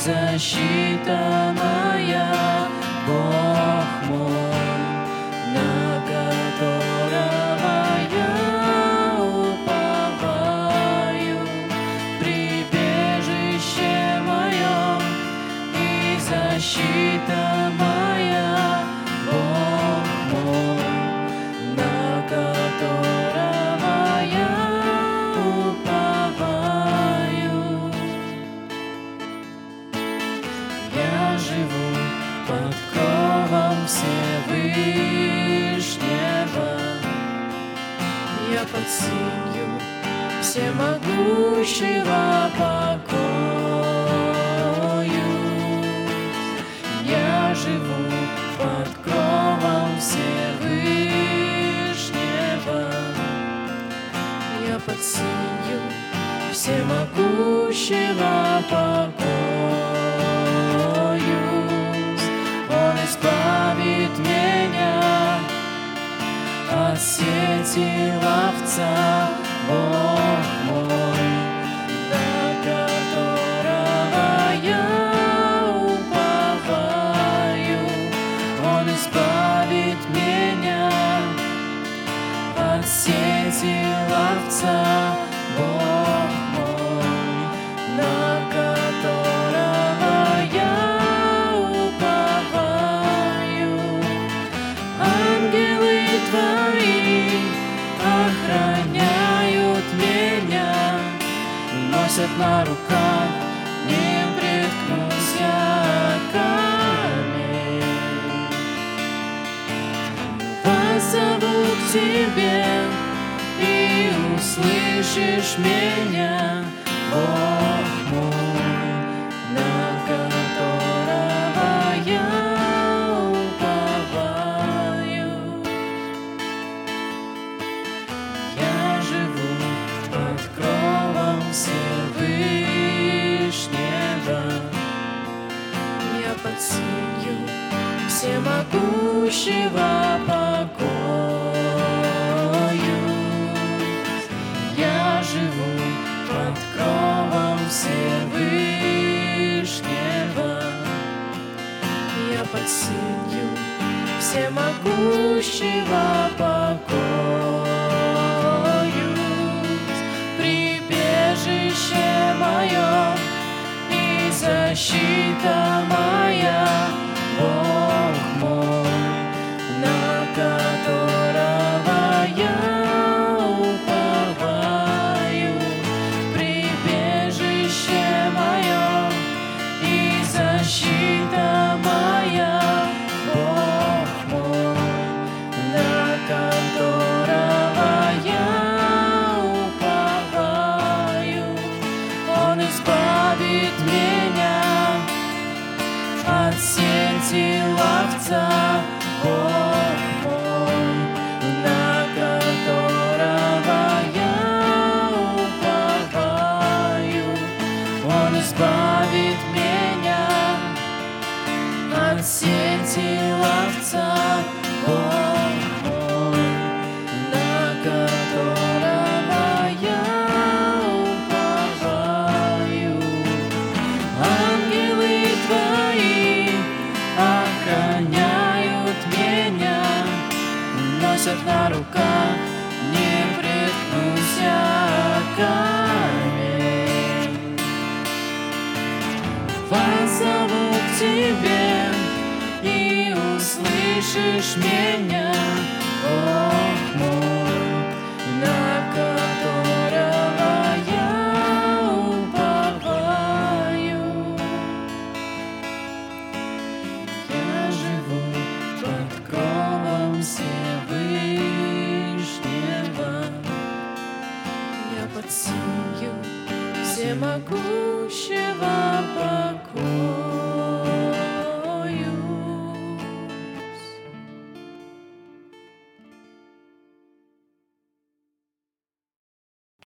защита моя, Бог мой, на которого я уповаю, прибежище мое и защита моя, Бог мой, на которого я уповаю. Я живу под кровом Всевышнего, я под сенью всемогущего покоюсь. Я живу под кровом Всевышнего, я под сенью всемогущего покоюсь. Он избавит меня от сети ловца, Бог мой, на которого я уповаю. Он избавит меня от сети ловца, Бог мой, на которого я уповаю. Ангелы Твои охраняют меня, носят на руках, не приткнусь я камень. Позову к Тебе, и услышишь меня, Бог мой, на которого я уповаю. Я живу под кровом Всевышнего, я под сенью всемогущего покоюсь. Я живу под кровом Всевышнего, я под сенью всемогущего покоюсь. Прибежище мое и защита моя, Бог мой, на которого я уповаю. Прибежище мое и защита моя, Бог мой, на которого я уповаю. Он избавит меня от сети ловца, Бог мой, на которого я уповаю. Он избавит меня от сети ловца, Бог мой, на которого я уповаю. Ангелы Твои охраняют меня, носят на руках, не приткнусь я камень. Позову к Тебе, и услышишь меня, Бог мой, на которого я уповаю. Я живу под кровом Всевышнего, я под сенью всемогущего покоя.